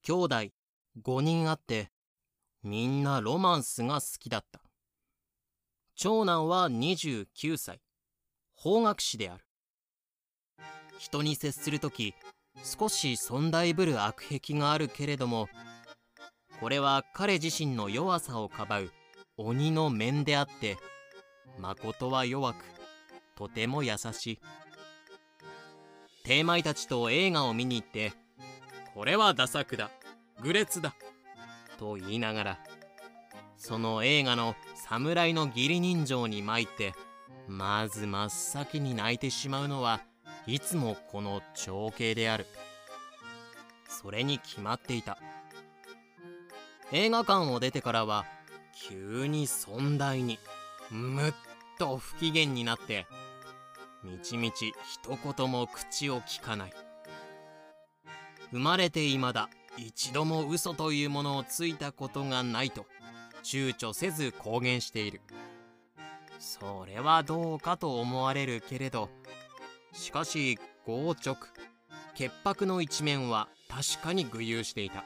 兄弟5人あって、みんなロマンスが好きだった。長男は29歳、法学士である。人に接するとき、少し尊大ぶる悪癖があるけれども、これは彼自身の弱さをかばう鬼の面であって、まことは弱く、とても優しい。テーマイたちと映画を見に行って、これはダ作だ、愚劣だ、と言いながら、その映画の侍の義理人情に参って、まず真っ先に泣いてしまうのはいつもこの長兄である。それに決まっていた。映画館を出てからは急に尊大にむっと不機嫌になって、みちみち一言も口をきかない。生まれて今だ一度も嘘というものをついたことがないと躊躇せず公言している。それはどうかと思われるけれど、しかし強直潔白の一面は確かに具有していた。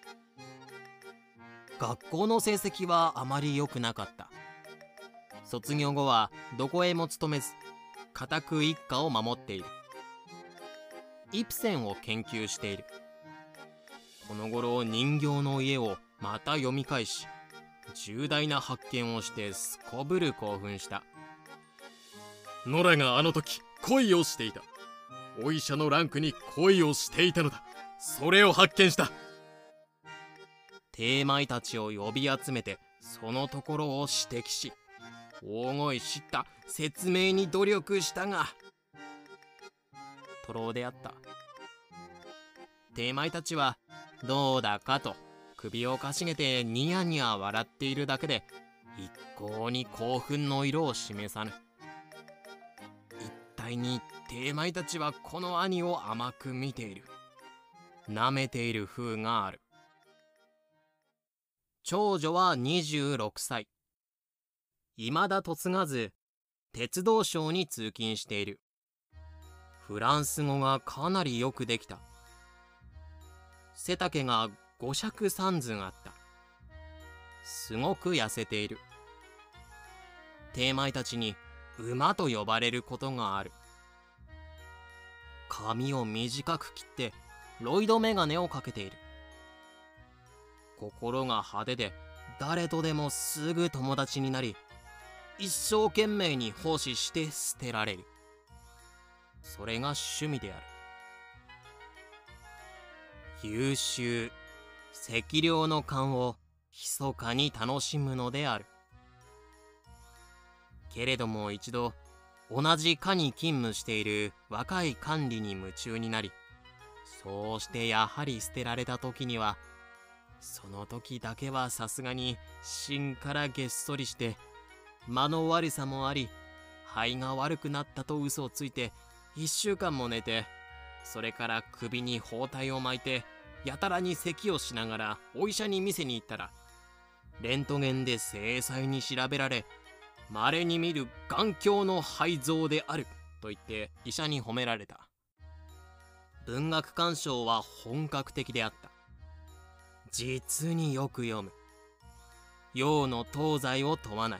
学校の成績はあまり良くなかった。卒業後はどこへも勤めず、固く一家を守っている。イプセンを研究している。この頃人形の家をまた読み返し、重大な発見をしてすこぶる興奮した。 ノラがあの時恋をしていた。お医者のランクに恋をしていたのだ。それを発見した。 テーマイたちを呼び集めてそのところを指摘し、大声知った説明に努力したが徒労であった。テーマイたちはどうだかと首をかしげてニヤニヤ笑っているだけで一向に興奮の色を示さぬ。一体にテーマイたちはこの兄を甘く見ている、舐めている風がある。長女は26歳。未だ嫁がず、鉄道省に通勤している。フランス語がかなりよくできた。背丈が5尺3寸あった。すごく痩せている。テーマイたちに馬と呼ばれることがある。髪を短く切ってロイドメガネをかけている。心が派手で誰とでもすぐ友達になり、一生懸命に奉仕して捨てられる。それが趣味である。優秀、赤涼の勘を密かに楽しむのである。けれども一度同じ課に勤務している若い管理に夢中になり、そうしてやはり捨てられた時には、その時だけはさすがに芯からげっそりして間の悪さもあり、肺が悪くなったと嘘をついて1週間も寝て、それから首に包帯を巻いてやたらに咳をしながらお医者に見せに行ったら、レントゲンで精細に調べられ、稀に見る眼鏡の肺臓であると言って医者に褒められた。文学鑑賞は本格的であった。実によく読む。洋の東西を問わない。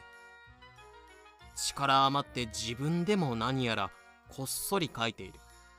力余って自分でも何やらこっそり書いている。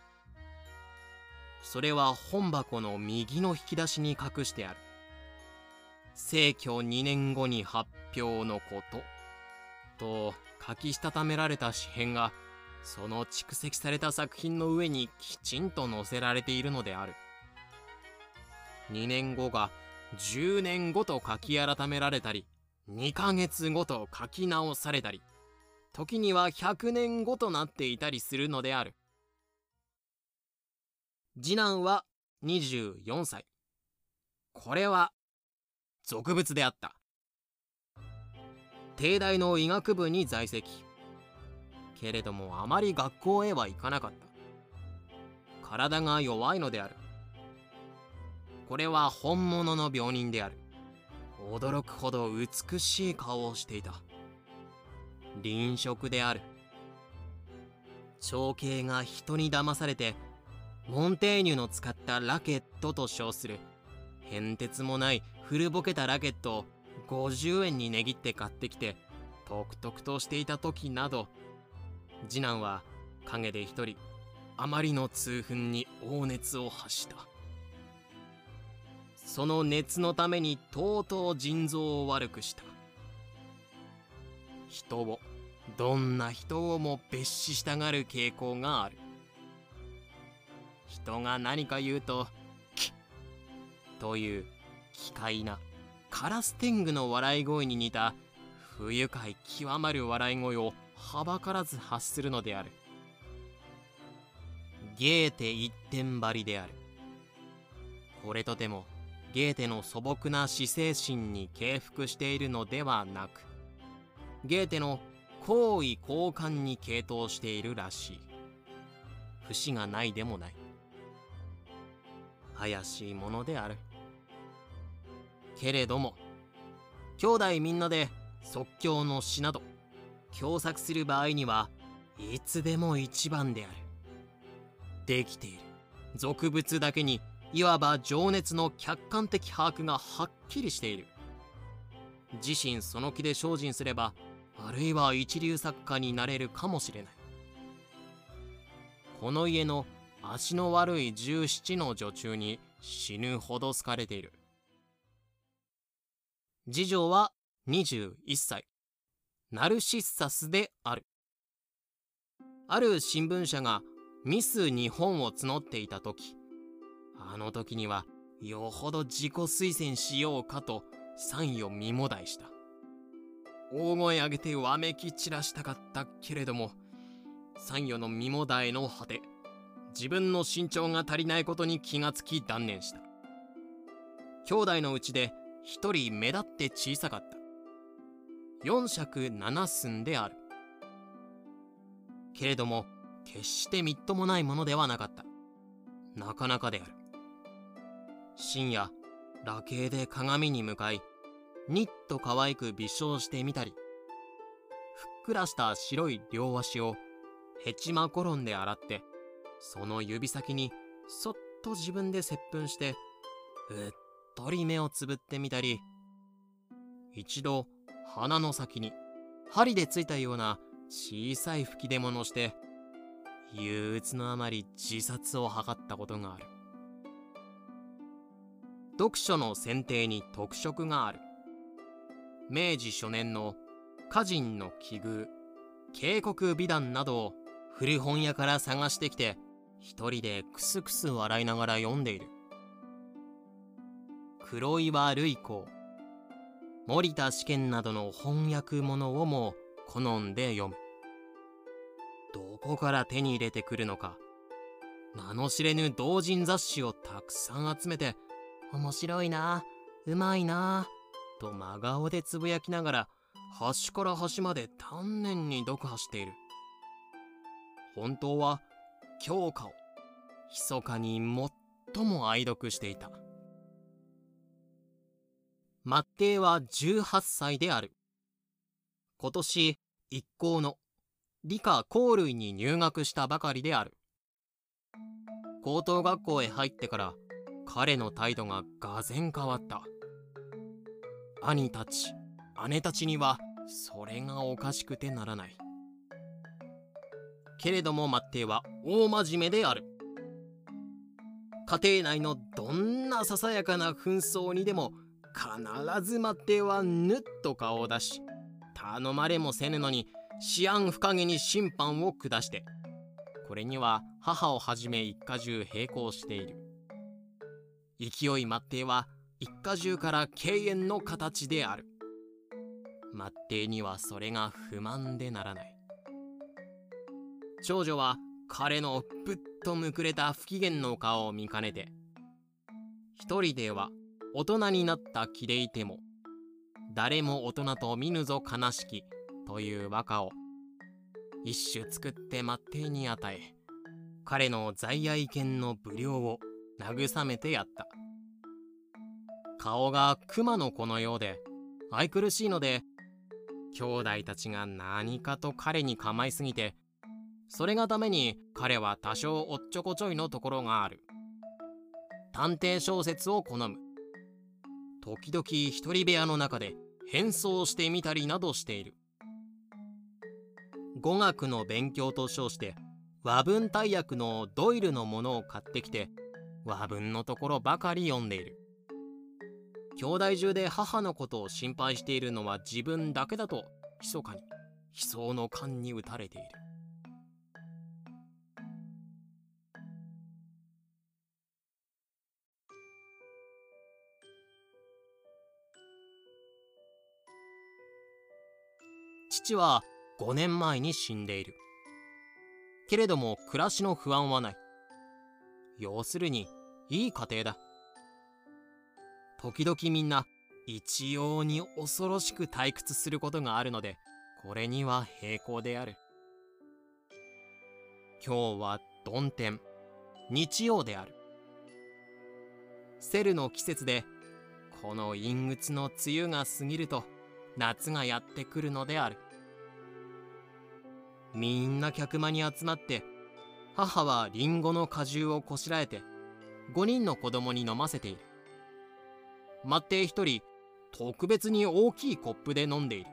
それは本箱の右の引き出しに隠してある。成居2年後に発表のことと書きしたためられた紙片が、その蓄積された作品の上にきちんと載せられているのである。2年後が10年後と書き改められたり、2ヶ月後と書き直されたり、時には100年後となっていたりするのである。次男は24歳。これは俗物であった。帝大の医学部に在籍。けれどもあまり学校へは行かなかった。体が弱いのである。これは本物の病人である。驚くほど美しい顔をしていた。臨食である。長兄が人に騙されてモンテーニュの使ったラケットと称する変哲もない古ぼけたラケットを50円に値切って買ってきてとくとくとしていた時など、次男は陰で一人あまりの痛憤に大熱を発した。その熱のためにとうとう腎臓を悪くした。人を、どんな人をも蔑視したがる傾向がある。人が何か言うとキッという奇怪なカラス天狗の笑い声に似た不愉快極まる笑い声をはばからず発するのである。ゲーテ一点張りである。これとてもゲーテの素朴な至精神に敬服しているのではなく、ゲーテの好意好感に傾倒しているらしい。節がないでもない。怪しいものである。けれども兄弟みんなで即興の詩など共作する場合にはいつでも一番である。できている俗物だけにいわば情熱の客観的把握がはっきりしている。自身その気で精進すれば、あるいは一流作家になれるかもしれない。この家の足の悪い17の女中に死ぬほど好かれている。次女は21歳、ナルシッサスである。ある新聞社がミス日本を募っていた時、あの時にはよほど自己推薦しようかと賛誉身もだいした。大声上げてわめき散らしたかったけれども、賛誉の身もだえの果て、自分の身長が足りないことに気がつき断念した。兄弟のうちで一人目立って小さかった。4尺7寸である。けれども決してみっともないものではなかった。なかなかである。深夜裸形で鏡に向かい、にっと可愛く微笑してみたり、ふっくらした白い両足をヘチマコロンで洗って、その指先にそっと自分で接吻してうっとり目をつぶってみたり、一度鼻の先に針でついたような小さい吹き出物をして憂鬱のあまり自殺を図ったことがある。読書の選定に特色がある。明治初年の歌人の奇遇、渓谷美談などを古本屋から探してきて、一人でクスクス笑いながら読んでいる。黒岩瑠衣子、森田試験などの翻訳物をも好んで読む。どこから手に入れてくるのか、名の知れぬ同人雑誌をたくさん集めて、面白いな、うまいなと真顔でつぶやきながら端から端まで丹念に読破している。本当は教科を密かに最も愛読していた。マッテイは18歳である。今年一校の理科工類に入学したばかりである。高等学校へ入ってから彼の態度ががぜん変わった。兄たち姉たちにはそれがおかしくてならない。けれどもマッテイは大真面目である。家庭内のどんなささやかな紛争にでも必ずマッテイはぬっと顔を出し、頼まれもせぬのに思案深げに審判を下して、これには母をはじめ一家中並行している。勢いマッテイは一家中から敬遠の形である。マッテイにはそれが不満でならない。長女は彼のぶっとむくれた不機嫌の顔を見かねて、一人では大人になった気でいても誰も大人と見ぬぞ悲しきという和歌を一首作ってマッテイに与え、彼の在愛犬の不良を慰めてやった。顔が熊の子のようで愛くるしいので、兄弟たちが何かと彼に構いすぎて、それがために彼は多少おっちょこちょいのところがある。探偵小説を好む。 時々一人部屋の中で変装してみたりなどしている。語学の勉強と称して和文大訳のドイルのものを買ってきて和文のところばかり読んでいる。兄弟中で母のことを心配しているのは自分だけだと密かに悲壮の感に打たれている。父は5年前に死んでいる。けれども暮らしの不安はない。要するにいい家庭だ。時々みんな一様に恐ろしく退屈することがあるので、これには平行である。今日は曇天、日曜である。セルの季節で、この陰鬱の梅雨が過ぎると夏がやってくるのである。みんな客間に集まって、母はリンゴの果汁をこしらえて5人の子供に飲ませている。待って一人特別に大きいコップで飲んでいる。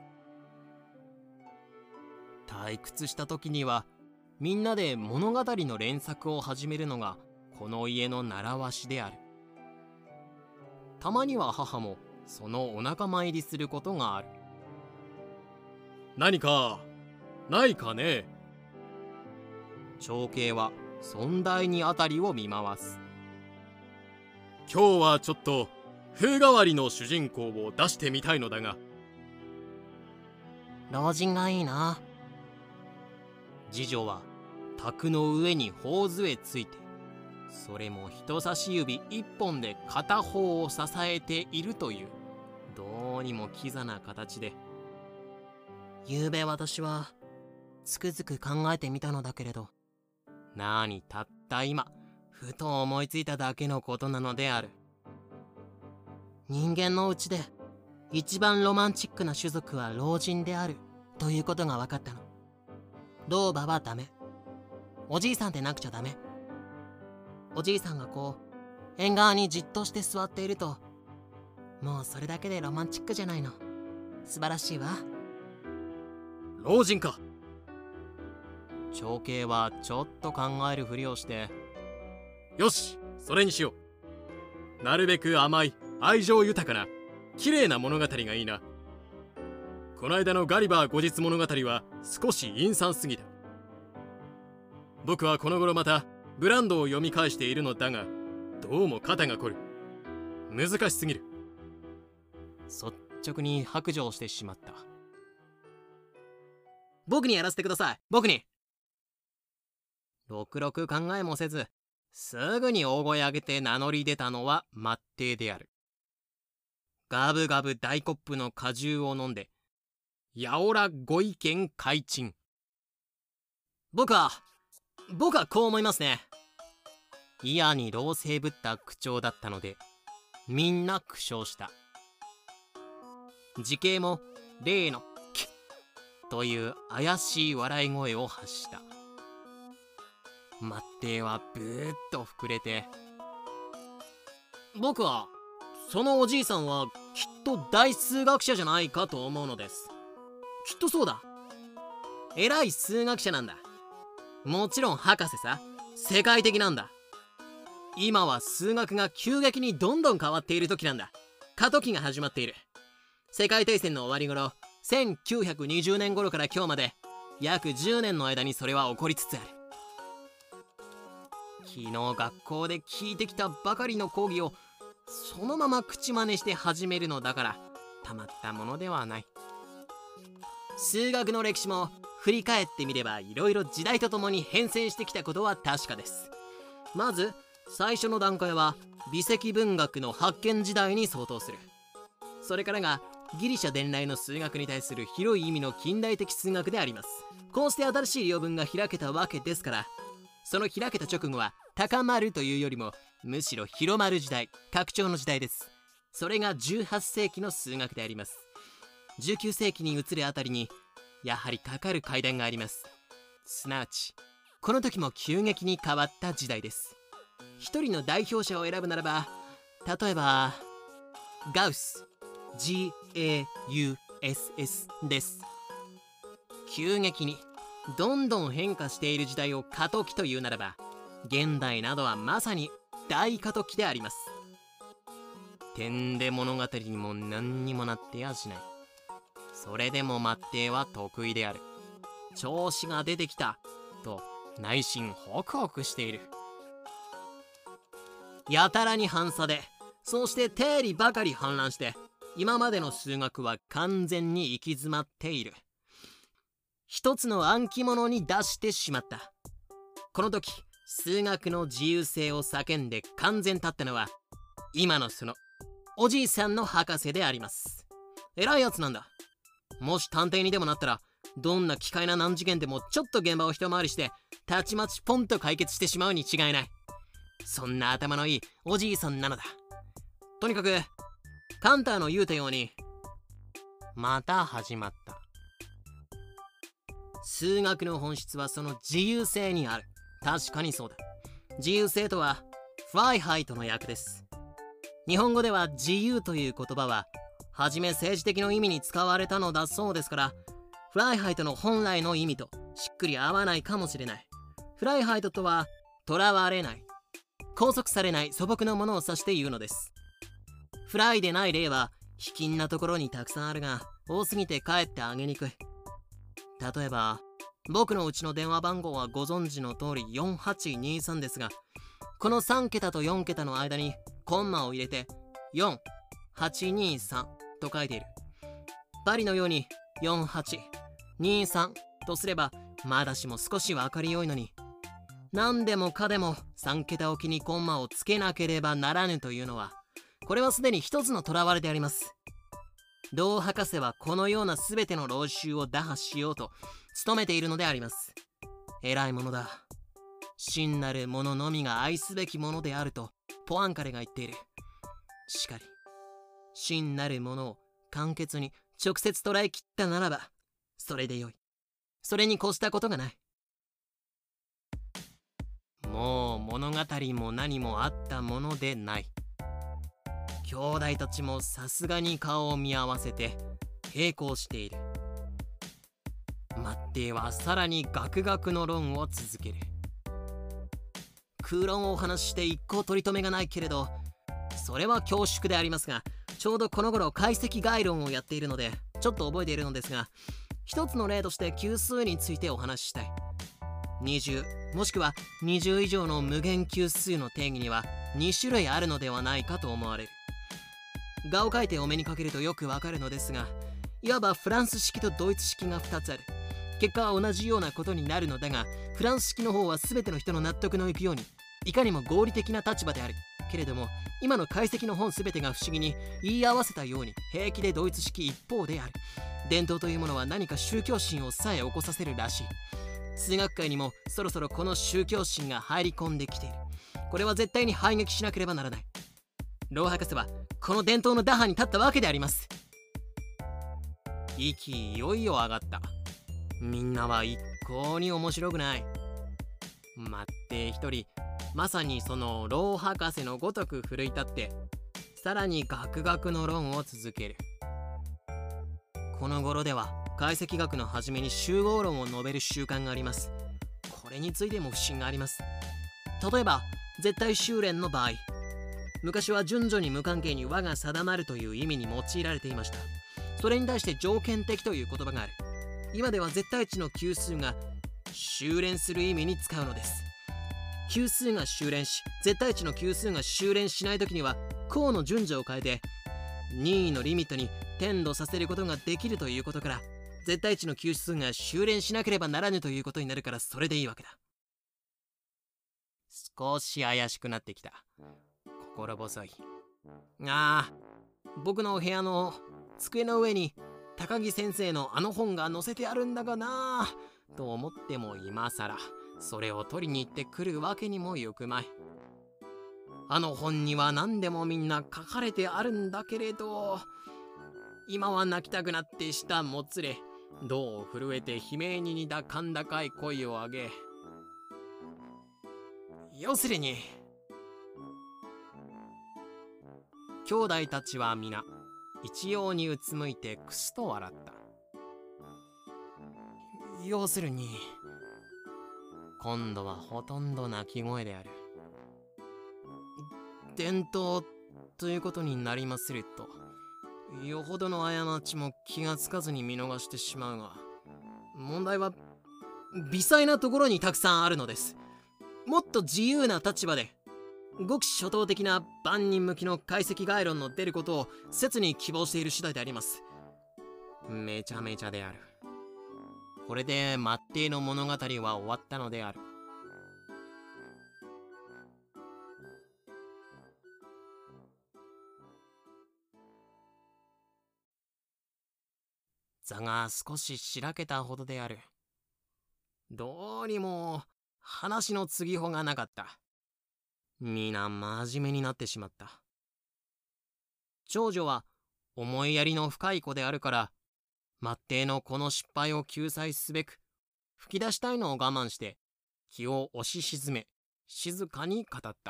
退屈した時にはみんなで物語の連作を始めるのがこの家の習わしである。たまには母もそのお仲間入りすることがある。 何かないかね。 長兄は尊大にあたりを見回す。 今日はちょっと風変わりの主人公を出してみたいのだが。 老人がいいな。次女は卓の上に頬杖ついて、それも人差し指一本で片方を支えているというどうにもキザな形で、ゆうべ私はつくづく考えてみたのだけれど、なにたった今ふと思いついただけのことなのである。人間のうちで一番ロマンチックな種族は老人であるということが分かったの。老婆はダメ。おじいさんでなくちゃダメ。おじいさんがこう縁側にじっとして座っていると、もうそれだけでロマンチックじゃないの。素晴らしいわ。 老人か。 長兄はちょっと考えるふりをして、 よし、それにしよう。なるべく甘い愛情豊かな綺麗な物語がいいな。この間のガリバー後日物語は少し陰惨すぎた。僕はこの頃またブランドを読み返しているのだが、どうも肩が凝る。難しすぎる。 率直に白状してしまった。僕にやらせてください。僕に。ろくろく考えもせず、すぐに大声上げて名乗り出たのは末弟である。ガブガブ大コップの果汁を飲んで、やおらご意見開陳。僕はこう思いますね。嫌に老成ぶった口調だったので、みんな苦笑した。時計も例のキッという怪しい笑い声を発した。末弟はブーッと膨れて、僕はそのおじいさんはきっと大数学者じゃないかと思うのです。きっとそうだ。偉い数学者なんだ。もちろん博士さ。世界的なんだ。今は数学が急激にどんどん変わっている時なんだ。過渡期が始まっている。世界大戦の終わり頃、1920年頃から今日まで約10年の間にそれは起こりつつある。昨日学校で聞いてきたばかりの講義をそのまま口真似して始めるのだから、たまったものではない。数学の歴史も振り返ってみればいろいろ時代とともに変遷してきたことは確かです。まず最初の段階は微積分学の発見時代に相当する。それからがギリシャ伝来の数学に対する広い意味の近代的数学であります。こうして新しい領分が開けたわけですから、その開けた直後は高まるというよりもむしろ広まる時代、拡張の時代です。それが18世紀の数学であります。19世紀に移るあたりにやはりかかる階段があります。すなわちこの時も急激に変わった時代です。一人の代表者を選ぶならば、例えばガウス GAUSS です。急激にどんどん変化している時代を過渡期というならば、現代などはまさに大過渡期であります。てんで物語にも何にもなってやしない。それでも末弟は得意である。調子が出てきたと内心ホクホクしている。やたらに反差で、そして定理ばかり氾濫して、今までの数学は完全に行き詰まっている。一つの暗記物に出してしまった。この時数学の自由性を叫んで完全立ったのは、今のそのおじいさんの博士であります。偉いやつなんだ。もし探偵にでもなったら、どんな奇怪な難事件でもちょっと現場を一回りしてたちまちポンと解決してしまうに違いない。そんな頭のいいおじいさんなのだ。とにかくカンターの言うたように、また始まった。数学の本質はその自由性にある。確かにそうだ。自由性とはフライハイトの訳です。日本語では自由という言葉ははじめ政治的な意味に使われたのだそうですから、フライハイトの本来の意味としっくり合わないかもしれない。フライハイトとは囚われない、拘束されない素朴なものを指して言うのです。フライでない例は卑近なところにたくさんあるが、多すぎてかえってあげにくい。例えば僕のうちの電話番号はご存知の通り4823ですが、この3桁と4桁の間にコンマを入れて4823と書いている。パリのように4823とすればまだしも少し分かりよいのに、何でもかでも3桁おきにコンマをつけなければならぬというのは、これはすでに一つの囚われであります。同博士はこのような全ての老習を打破しようと努めているのであります。偉いものだ。真なるもののみが愛すべきものであるとポアンカレが言っている。しかり真なるものを簡潔に直接捉えきったならばそれでよい。それに越したことがない。もう物語も何もあったものでない。兄弟たちもさすがに顔を見合わせて並行している。末弟はさらにガクガクの論を続ける。空論をお話しして一向取り留めがないけれど、それは恐縮でありますが、ちょうどこの頃解析概論をやっているのでちょっと覚えているのですが、一つの例として級数についてお話ししたい。20もしくは20以上の無限級数の定義には2種類あるのではないかと思われる。画を描いてお目にかけるとよくわかるのですが、いわばフランス式とドイツ式が2つある。結果は同じようなことになるのだが、フランス式の方は全ての人の納得のいくようにいかにも合理的な立場であるけれども、今の解析の本全てが不思議に言い合わせたように平気でドイツ式一方である。伝統というものは何か宗教心をさえ起こさせるらしい。数学界にもそろそろこの宗教心が入り込んできている。これは絶対に排撃しなければならない。老博士はこの伝統の打破に立ったわけであります。息いよいよ上がった。みんなは一向に面白くない。待って一人、まさにその老博士のごとく奮い立ってさらにガクガクの論を続ける。この頃では解析学の初めに集合論を述べる習慣があります。これについても不審があります。例えば絶対修練の場合、昔は順序に無関係に和が定まるという意味に用いられていました。それに対して条件的という言葉がある。今では絶対値の級数が修練する意味に使うのです。級数が修練し絶対値の級数が修練しないときには項の順序を変えて任意のリミットに転度させることができるということから、絶対値の級数が修練しなければならぬということになるから、それでいいわけだ。少し怪しくなってきた。心細い。僕の部屋の机の上に高木先生のあの本が載せてあるんだがなぁと思っても、今さらそれを取りに行ってくるわけにもゆくまい。あの本には何でもみんな書かれてあるんだけれど、今は泣きたくなって舌もつれ、胴を震えて悲鳴に似た甲高い声を上げ、要するに兄弟たちは皆一様にうつむいてくすと笑った。要するに、今度はほとんど泣き声である。伝統ということになりますると、よほどの過ちも気がつかずに見逃してしまうが、問題は微細なところにたくさんあるのです。もっと自由な立場でごく初等的な万人向きの解析概論の出ることを切に希望している次第であります。めちゃめちゃである。これで末底の物語は終わったのである。座が少ししらけたほどである。どうにも話の継ぎほがなかった。皆真面目になってしまった。長女は思いやりの深い子であるから、末底のこの失敗を救済すべく吹き出したいのを我慢して気を押し沈め静かに語った。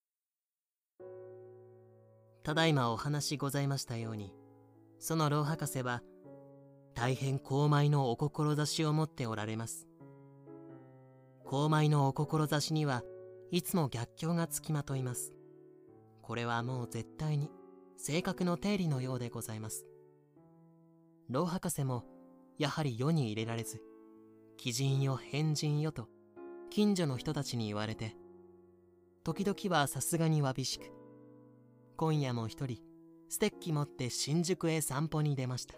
ただいまお話ございましたように、その老博士は大変高邁のお志を持っておられます。高邁のお志にはいつも逆境がつきまといます。これはもう絶対に性格の定理のようでございます。老博士もやはり世に入れられず、奇人よ変人よと近所の人たちに言われて、時々はさすがにわびしく、今夜も一人ステッキ持って新宿へ散歩に出ました。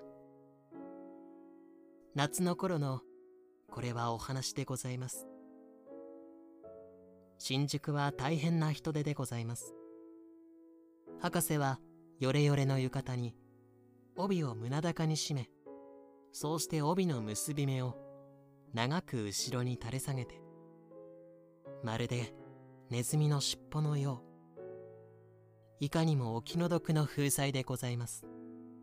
夏の頃のこれはお話でございます。新宿は大変な人出でございます。博士はヨレヨレの浴衣に帯を胸高に締め、そうして帯の結び目を長く後ろに垂れ下げて、まるでネズミの尻尾のよう、いかにもお気の毒の風采でございます。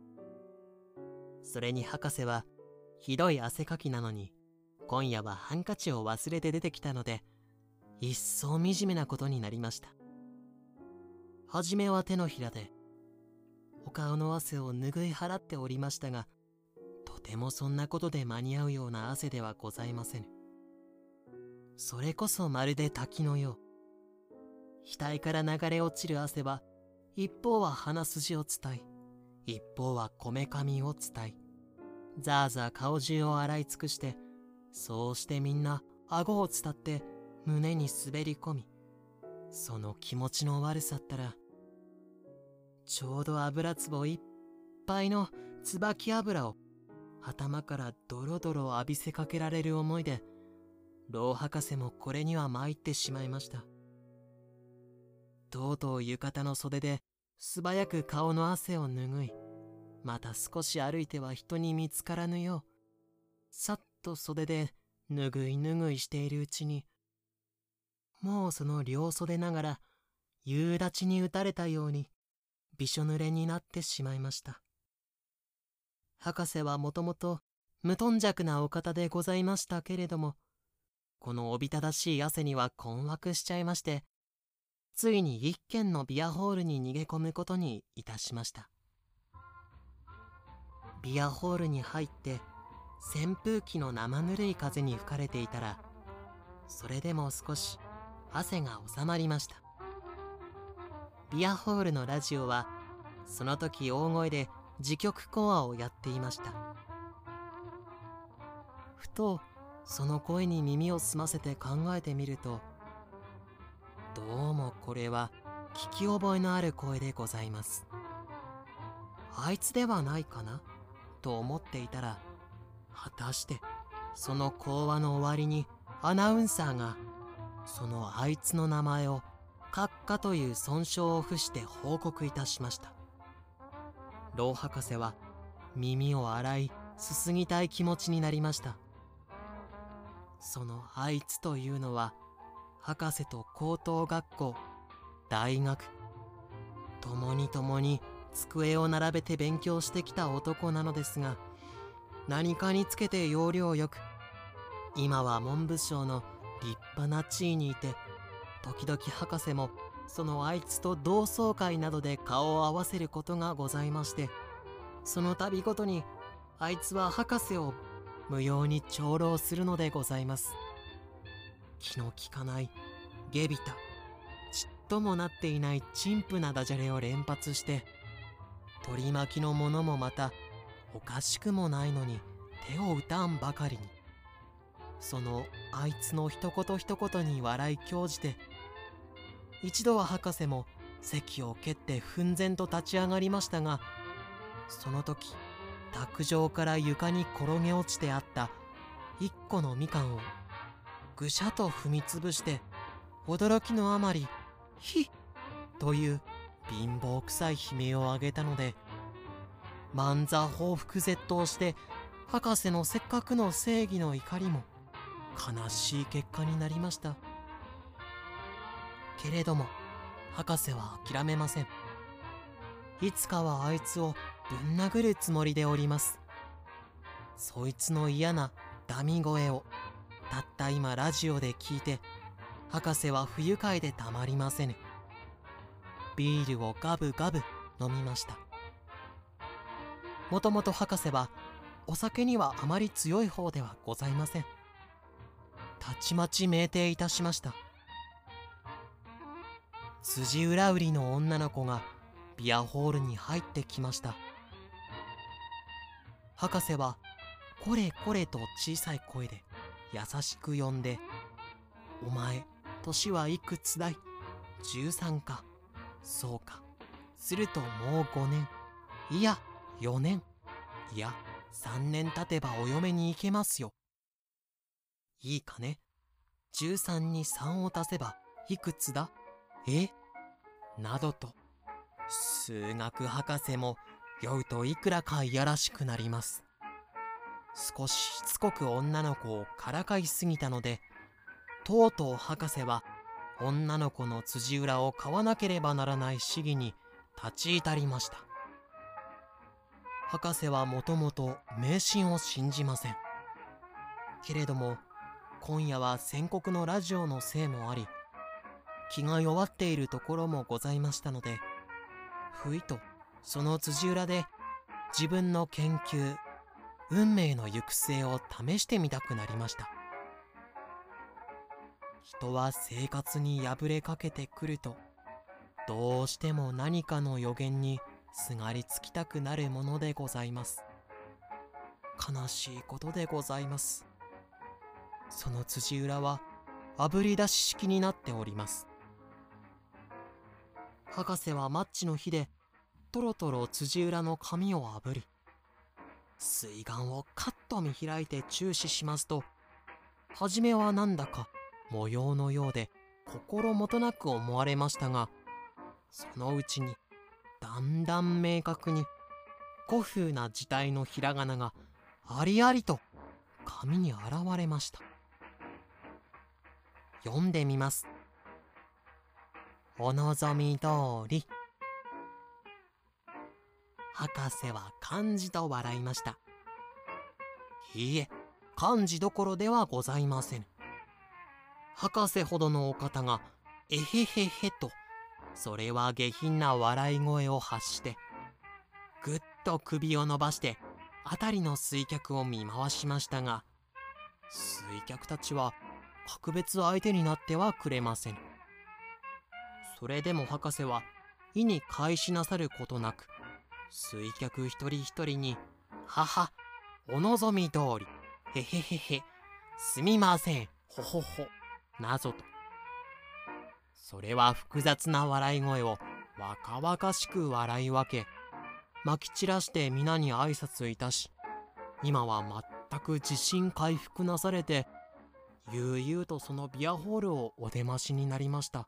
それに博士はひどい汗かきなのに、今夜はハンカチを忘れて出てきたので、一層惨めなことになりました。はじめは手のひらでお顔の汗を拭い払っておりましたが、とてもそんなことで間に合うような汗ではございませぬ。それこそまるで滝のよう。額から流れ落ちる汗は、一方は鼻筋を伝い、一方はこめかみを伝い、ざーざー顔中を洗い尽くして、そうしてみんな顎を伝って胸に滑り込み、その気持ちの悪さったら、ちょうど油壺いっぱいの椿油を頭からドロドロ浴びせかけられる思いで、老博士もこれには参ってしまいました。とうとう浴衣の袖で素早く顔の汗を拭い、また少し歩いては人に見つからぬよう、さっと袖で拭い拭いしているうちに、もうその両袖ながら夕立ちに打たれたようにびしょ濡れになってしまいました。博士はもともと無頓着なお方でございましたけれども、このおびただしい汗には困惑しちゃいまして、ついに一軒のビアホールに逃げ込むことにいたしました。ビアホールに入って扇風機の生ぬるい風に吹かれていたら、それでも少し汗が収まりました。ビアホールのラジオはその時大声で自曲コアをやっていました。ふとその声に耳を澄ませて考えてみると、どうもこれは聞き覚えのある声でございます。あいつではないかなと思っていたら、果たしてその講話の終わりにアナウンサーがそのあいつの名前を閣下という尊称を付して報告いたしました。老博士は耳を洗いすすぎたい気持ちになりました。そのあいつというのは、博士と高等学校、大学、共に机を並べて勉強してきた男なのですが、何かにつけて要領よく、今は文部省の立派な地位にいて、時々博士もそのあいつと同窓会などで顔を合わせることがございまして、その度ごとにあいつは博士を無用に長老するのでございます。気の利かない下びたちっともなっていない陳腐なダジャレを連発して、取り巻きの者もまたおかしくもないのに手を打たんばかりに、そのあいつの一言一言に笑い興じて、一度は博士も席を蹴って奮然と立ち上がりましたが、その時卓上から床に転げ落ちてあった一個のみかんをぐしゃと踏みつぶして、驚きのあまり「ひっ」という貧乏くさい悲鳴を上げたので、万座報復絶倒して博士のせっかくの正義の怒りも悲しい結果になりました。けれども博士は諦めません。いつかはあいつをぶん殴るつもりでおります。そいつの嫌なダミ声をたった今ラジオで聞いて、博士は不愉快でたまりませぬ。ビールをガブガブ飲みました。もともと博士はお酒にはあまり強い方ではございません。たちまち酩酊いたしました。辻裏売りの女の子がビアホールに入ってきました。博士はこれこれと小さい声で優しく呼んで、お前年はいくつだい？13か。そうか。するともう5年、いや4年、いや3年経てばお嫁に行けますよ。いいかね。13に3を足せばいくつだ？などと、数学博士も酔うといくらかいやらしくなります。少ししつこく女の子をからかいすぎたので、とうとう博士は女の子の辻裏を買わなければならない市議に立ち至りました。博士はもともと迷信を信じません。けれども今夜は宣告のラジオのせいもあり、気が弱っているところもございましたので、ふいとその辻裏で自分の研究、運命の行く末を試してみたくなりました。人は生活に破れかけてくると、どうしても何かの予言にすがりつきたくなるものでございます。悲しいことでございます。その辻裏は炙り出し式になっております。博士はマッチの火でとろとろ辻裏の紙を炙り、水眼をカッと見開いて注視しますと、はじめはなんだか模様のようで心もとなく思われましたが、そのうちにだんだん明確に古風な字体のひらがながありありと紙に現れました。読んでみます。お望み通り。博士は漢字と笑いました。いいえ、漢字どころではございません。博士ほどのお方がえへへへと、それは下品な笑い声を発して、ぐっと首を伸ばして辺りの水客を見回しましたが、水客たちは格別相手になってはくれません。それでも博士は意に介しなさることなく、水客一人一人に「はは、お望み通り、へへへへ、すみません、ほほほ」なぞと、それは複雑な笑い声を若々しく笑い分け、まき散らして皆に挨拶いたし、今は全く自信回復なされて、悠々とそのビアホールをお出ましになりました。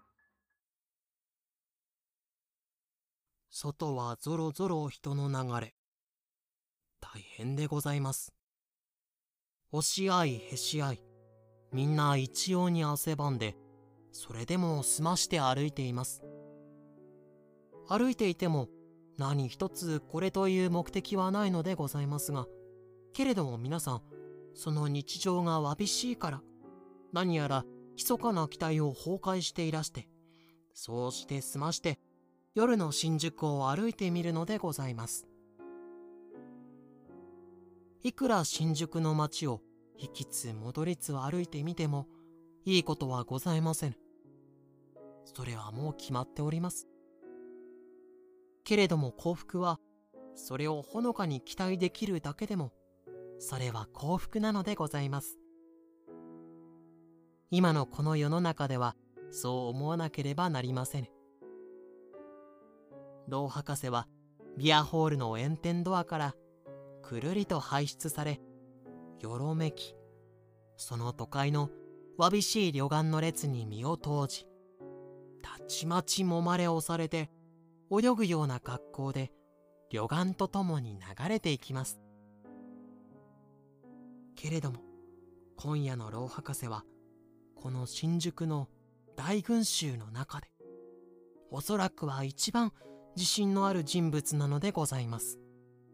外はぞろぞろ人の流れ。大変でございます。押し合いへし合い、みんな一様に汗ばんで、それでも済まして歩いています。歩いていても何一つこれという目的はないのでございますが、けれども皆さん、その日常がわびしいから、何やら密かな期待を崩壊していらして、 そうして済まして夜の新宿を歩いてみるのでございます。いくら新宿の街を行きつ戻りつ歩いてみてもいいことはございません。それはもう決まっております。けれども幸福はそれをほのかに期待できるだけでもそれは幸福なのでございます。今のこの世の中ではそう思わなければなりません。老博士はビアホールの炎天ドアからくるりと輩出され、よろめきその都会のわびしい旅館の列に身を投じ、たちまちもまれ押されて泳ぐような格好で旅館とともに流れていきます。けれども今夜の老博士はこの新宿の大群衆の中でおそらくは一番自信のある人物なのでございます。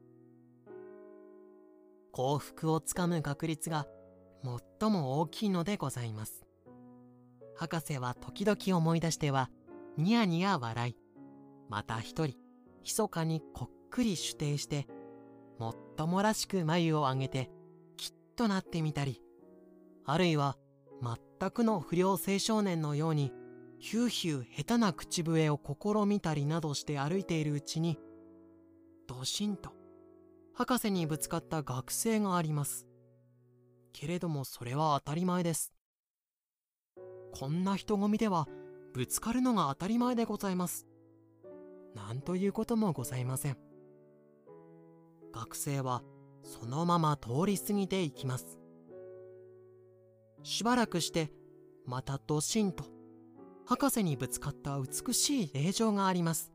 幸福をつかむ確率が最も大きいのでございます。博士は時々思い出してはニヤニヤ笑い、また一人密かにこっくり主定してもっともらしく眉を上げてきっとなってみたり、あるいは全くの不良青少年のようにヒューヒュー下手な口笛を試みたりなどして歩いているうちに、ドシンと博士にぶつかった学生があります。けれどもそれは当たり前です。こんな人混みではぶつかるのが当たり前でございます。なんということもございません。学生はそのまま通り過ぎていきます。しばらくしてまたドシンと博士にぶつかった美しい令状があります。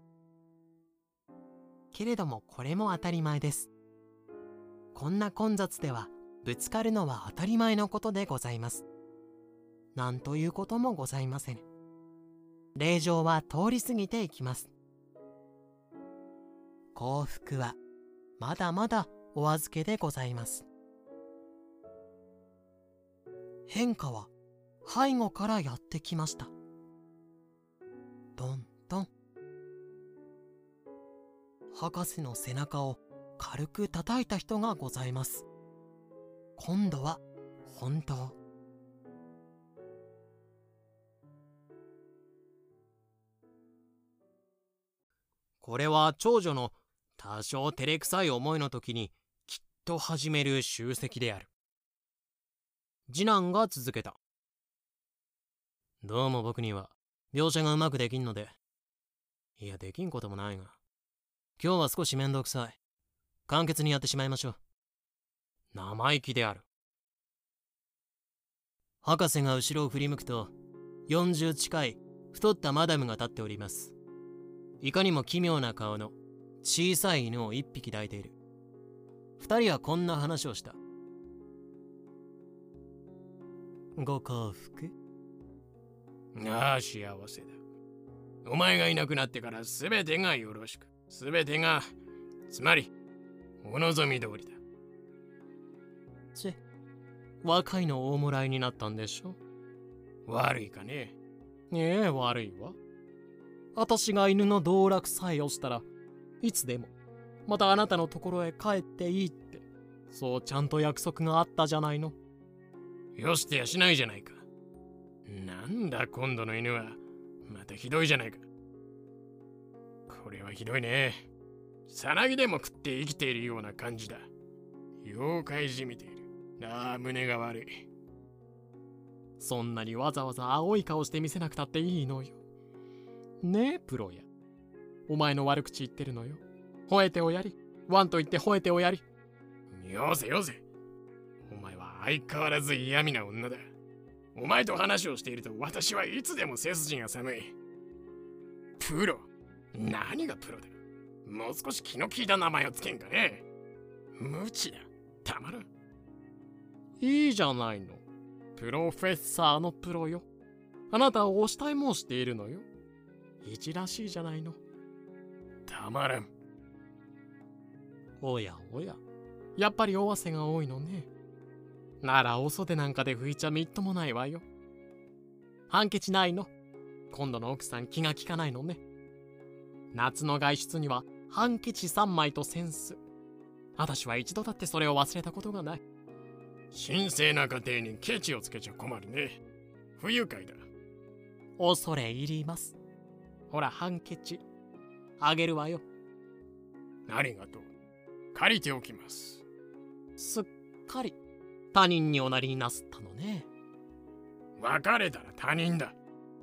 けれどもこれも当たり前です。こんな混雑ではぶつかるのは当たり前のことでございます。なんということもございません。令状は通り過ぎていきます。幸福はまだまだお預けでございます。変化は背後からやってきました。トントン。博士の背中を軽く叩いた人がございます。今度は本当。 これは長女の多少照れくさい思いの時にきっと始める習積である。次男が続けた。どうも僕には描写がうまくできんので、いやできんこともないが、今日は少しめんどくさい。簡潔にやってしまいましょう。生意気である。博士が後ろを振り向くと、40近い太ったマダムが立っております。いかにも奇妙な顔の小さい犬を一匹抱いている。二人はこんな話をした。 ご幸福。 ああ、幸せだ。お前がいなくなってから全てがよろしく、全てが、つまりお望み通りだ。 若いの大もらいになったんでしょ。 悪いかね。 ええ、悪いわ。私が犬の道楽さえをしたらいつでもまたあなたのところへ帰っていいって、そうちゃんと約束があったじゃないの。 よしてやしないじゃないか。なんだ今度の犬は、またひどいじゃないか。これはひどいね。さなぎでも食って生きているような感じだ。妖怪じみている。ああ、胸が悪い。 そんなにわざわざ青い顔して見せなくたっていいのよ。ねえプロや、お前の悪口言ってるのよ。吠えておやり、ワンと言って吠えておやり。 よせよせ。お前は相変わらず嫌味な女だ。お前と話をしていると私はいつでも背筋が寒い。プロ？何がプロだ。もう少し気の利いた名前をつけんかね。無知だ。たまらん。 いいじゃないの。プロフェッサーのプロよ。あなたをお慕い申しているのよ。いちらしいじゃないの。 たまらん。 おやおや、やっぱりお汗が多いのね。ならお袖なんかで拭いちゃみっともないわよ。ハンケチないの？ 今度の奥さん気が利かないのね。夏の外出にはハンケチ3枚と扇子。私は一度だってそれを忘れたことがない。 神聖な家庭にケチをつけちゃ困るね。不愉快だ。 恐れ入ります。ほらハンケチあげるわよ。 ありがとう。借りておきます。 すっかり他人におなりになすったのね。 別れたら他人だ。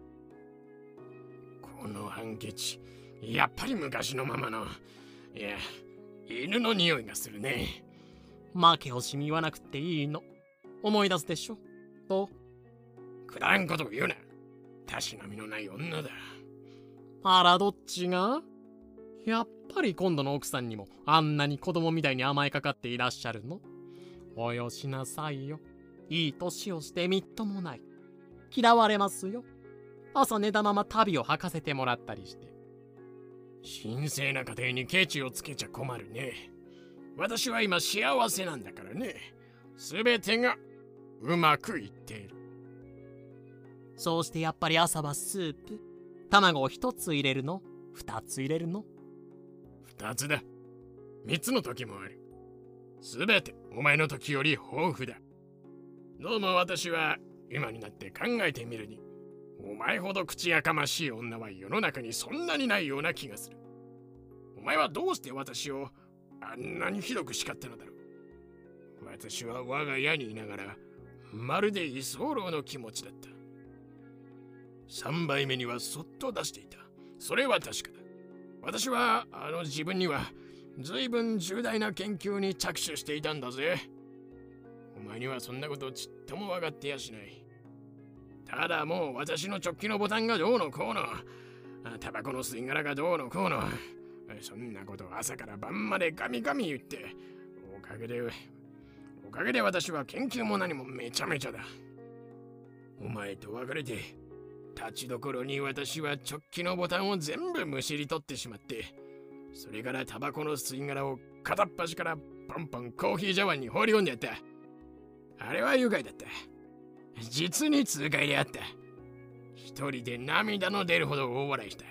このハンケチ、やっぱり昔のままの、いや、犬の匂いがするね。 負け惜しみ言わなくていいの。思い出すでしょ。とくだらんことを言うな。たしなみのない女だ。 あらどっちが？やっぱり今度の奥さんにもあんなに子供みたいに甘えかかっていらっしゃるの？およしなさいよ。いい年をしてみっともない。嫌われますよ。朝寝たまま旅を吐かせてもらったりして。 神聖な家庭にケチをつけちゃ困るね。私は今幸せなんだからね。すべてがうまくいっている。 そうしてやっぱり朝はスープ。卵を1つ入れるの？2つ入れるの ？2つだ。3つの時もある。すべてお前の時より豊富だ。どうも私は今になって考えてみるに、お前ほど口やかましい女は世の中にそんなにないような気がする。お前はどうして私をあんなにひどく叱ったのだろう。私は我が家にいながらまるで居候の気持ちだった。3杯目にはそっと出していた。それは確かだ。私は自分には随分重大な研究に着手していたんだぜ。お前にはそんなことちっとも分かってやしない。ただもう私のチョッキのボタンがどうのこうの、タバコの吸い殻がどうのこうの、そんなこと朝から晩までガミガミ言って、おかげで私は研究も何もめちゃめちゃだ。お前と別れて立ちどころに私はチョッキのボタンを全部むしり取ってしまって、それからタバコの吸い殻を片っ端からポンポンコーヒー茶碗に放り込んでやった。あれは愉快だった。実に痛快であった。一人で涙の出るほど大笑いした。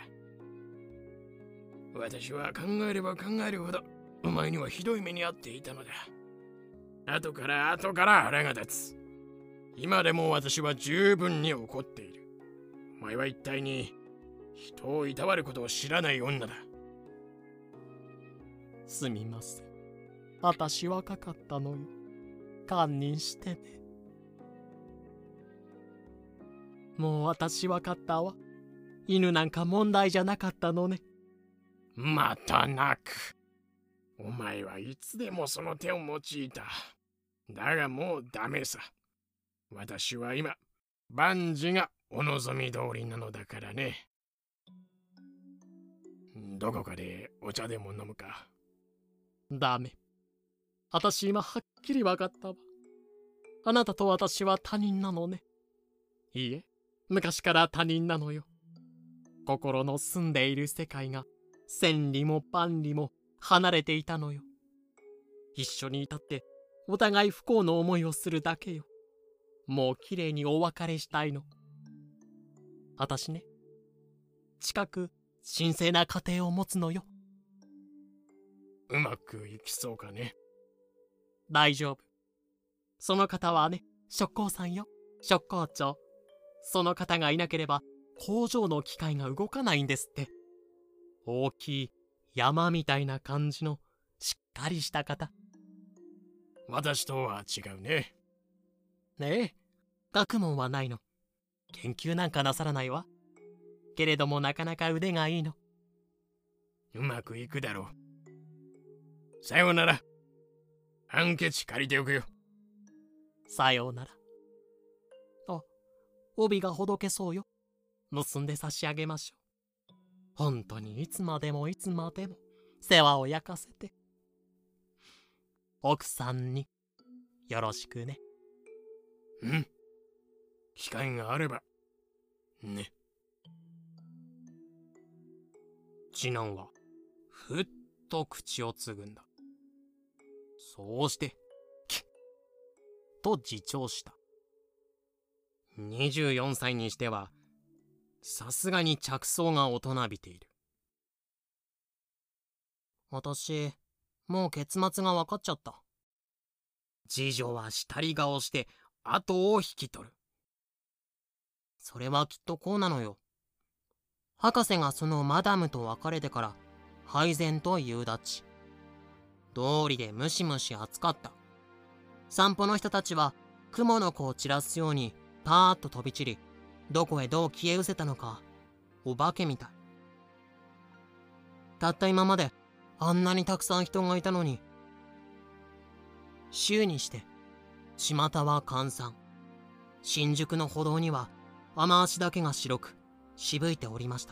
私は考えれば考えるほどお前にはひどい目に遭っていたのだ。後から腹が立つ。今でも私は十分に怒っている。お前は一体に人をいたわることを知らない女だ。 すみません。私若かったのよ。堪忍してね。もう私わかったわ。犬なんか問題じゃなかったのね。 またなく。お前はいつでもその手を用いた。だがもうダメさ。私は今、万事がお望み通りなのだからね。どこかでお茶でも飲むか。 ダメ。私今はっきりわかったわ。あなたと私は他人なのね。いいえ、昔から他人なのよ。心の住んでいる世界が千里も万里も離れていたのよ。一緒にいたってお互い不幸の思いをするだけよ。もうきれいにお別れしたいの。私ね、近く神聖な家庭を持つのよ。 うまくいきそうかね。 大丈夫。その方はね、職工さんよ。職工長。その方がいなければ工場の機械が動かないんですって。大きい山みたいな感じのしっかりした方。 私とは違うね。 ねえ、学問はないの。研究なんかなさらないわ。けれどもなかなか腕がいいの。 うまくいくだろう。さようなら。ハンケチ借りておくよ。 さようなら。あ、帯がほどけそうよ。結んで差し上げましょう。本当にいつまでもいつまでも世話を焼かせて。奥さんによろしくね。 うん。機会があればね。 次男はふっと口をつぐんだ。そうしてキッと自重した。24歳にしてはさすがに着想が大人びている。 私、もう結末が分かっちゃった。 次女はしたり顔して後を引き取る。 それはきっとこうなのよ。博士がそのマダムと別れてから配膳と夕立ち。道理でムシムシ暑かった。散歩の人たちは雲の子を散らすようにパーッと飛び散り、どこへどう消え失せたのかお化けみたい。たった今まであんなにたくさん人がいたのに、週にして巷は閑散。新宿の歩道には雨足だけが白く渋いておりました。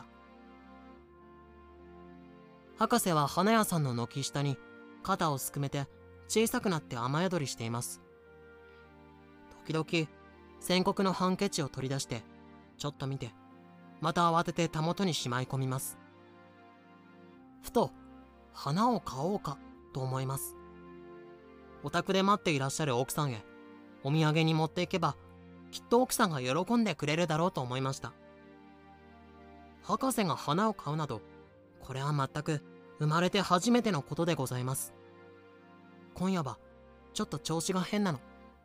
博士は花屋さんの軒下に肩をすくめて小さくなって雨宿りしています。時々宣告のハンケチを取り出してちょっと見て、また慌ててたもとにしまい込みます。ふと花を買おうかと思います。お宅で待っていらっしゃる奥さんへお土産に持っていけば、きっと奥さんが喜んでくれるだろうと思いました。博士が花を買うなど、これは全く生まれて初めてのことでございます。今夜はちょっと調子が変なの。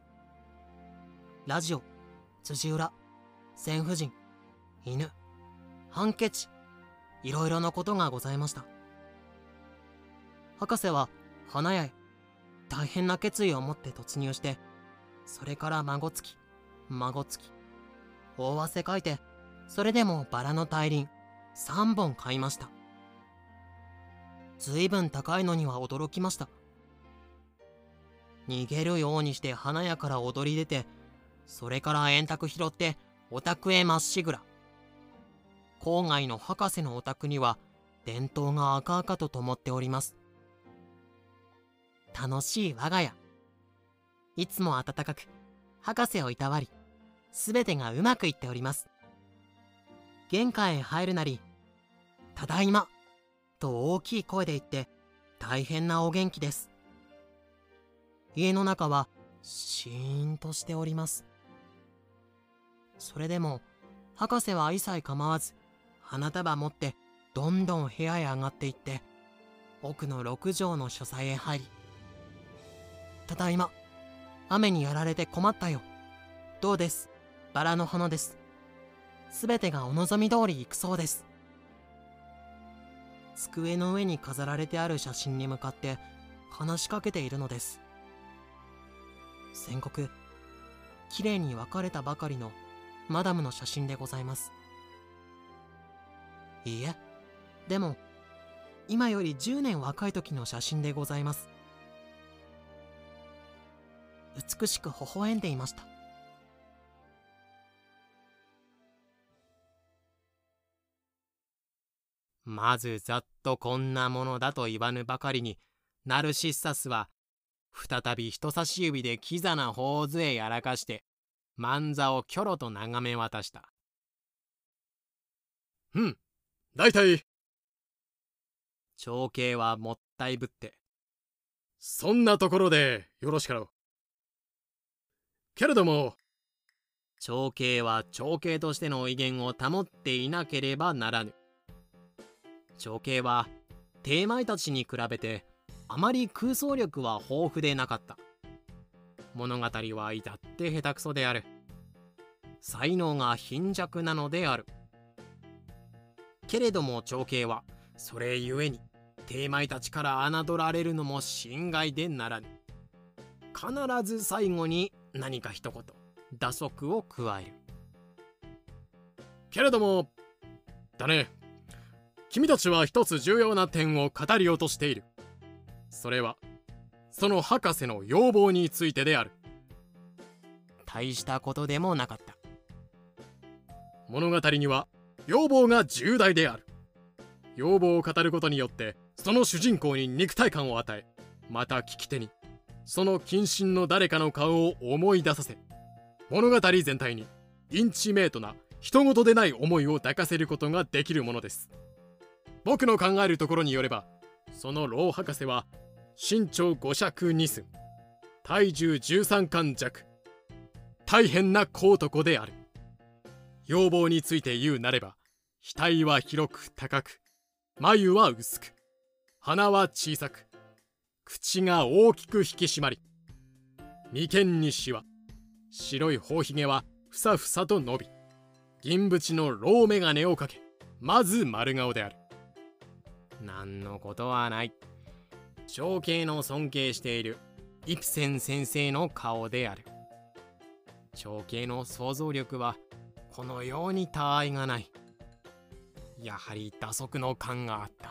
ラジオ、辻裏、千夫人、犬、ハンケチ、いろいろなことがございました。博士は花屋へ大変な決意を持って突入して、それから孫つき大汗かいて、それでもバラの大輪3本買いました。ずいぶん高いのには驚きました。逃げるようにして花屋から踊り出て、それから円卓拾ってお宅へまっしぐら。郊外の博士のお宅には電灯が赤々と灯っております。楽しい我が家。いつも温かく博士をいたわり、すべてがうまくいっております。玄関へ入るなり、ただいまと大きい声で言って大変なお元気です。家の中はシーンとしております。それでも博士は一切構わず花束持ってどんどん部屋へ上がっていって、奥の6畳の書斎へ入り、ただいま雨にやられて困ったよ。どうです、バラの花です。すべてがお望み通りいくそうです。机の上に飾られてある写真に向かって話しかけているのです。宣告、きれいに別れたばかりのマダムの写真でございます。いいえ、でも今より10年若い時の写真でございます。美しく微笑んでいました。 まずざっとこんなものだと言わぬばかりに、ナルシッサスは再び人差し指でキザな頬杖やらかして万座をキョロと眺め渡した。 大体。 長兄はもったいぶって、 そんなところでよろしかろう。けれども、 長兄は長兄としての威厳を保っていなければならぬ。長兄はテーマイたちに比べてあまり空想力は豊富でなかった。物語は至って下手くそである。才能が貧弱なのである。けれども長兄はそれゆえにテーマイたちから侮られるのも心外でならぬ。必ず最後に何か一言打足を加える。 けれどもだね、君たちは一つ重要な点を語り落としている。それはその博士の要望についてである。 大したことでもなかった。 物語には要望が重大である。要望を語ることによってその主人公に肉体感を与え、また聞き手にその近親の誰かの顔を思い出させ、物語全体にインチメートな人事でない思いを抱かせることができるものです。僕の考えるところによれば、その老博士は身長5尺2寸、体重13貫弱、大変な高男である。 容貌について言うなれば、額は広く高く、眉は薄く、鼻は小さく、口が大きく引き締まり、眉間にしわ、白い頬ひげはふさふさと伸び、銀縁のロー眼鏡をかけ、まず丸顔である。 なんのことはない。長兄の尊敬しているイプセン先生の顔である。長兄の想像力はこのように他愛がない。やはり打足の感があった。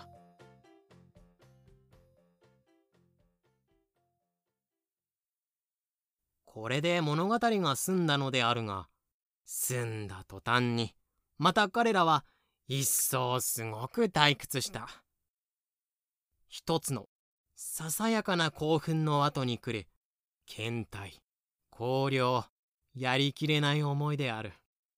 これで物語が済んだのであるが、済んだ途端にまた彼らは一層すごく退屈した。一つのささやかな興奮の後に来る倦怠、荒涼、やりきれない思いである。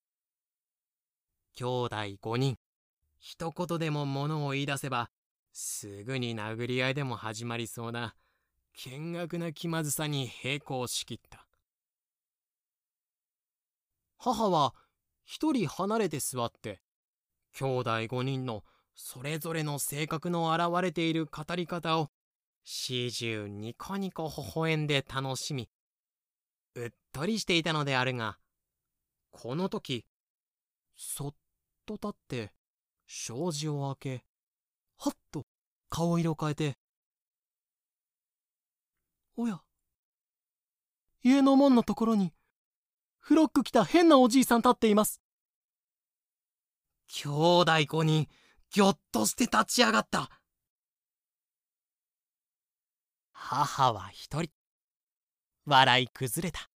兄弟5人、一言でも物を言い出せばすぐに殴り合いでも始まりそうな険悪な気まずさに平行しきった。母は一人離れて座って兄弟5人のそれぞれの性格の現れている語り方を始終ニコニコ微笑んで楽しみ、うっとりしていたのであるが、この時そっと立って障子を開け、はっと顔色を変えて、おや、家の門のところにフロック着た変なおじいさん立っています。兄弟5人ぎょっとして立ち上がった。母は一人笑い崩れた。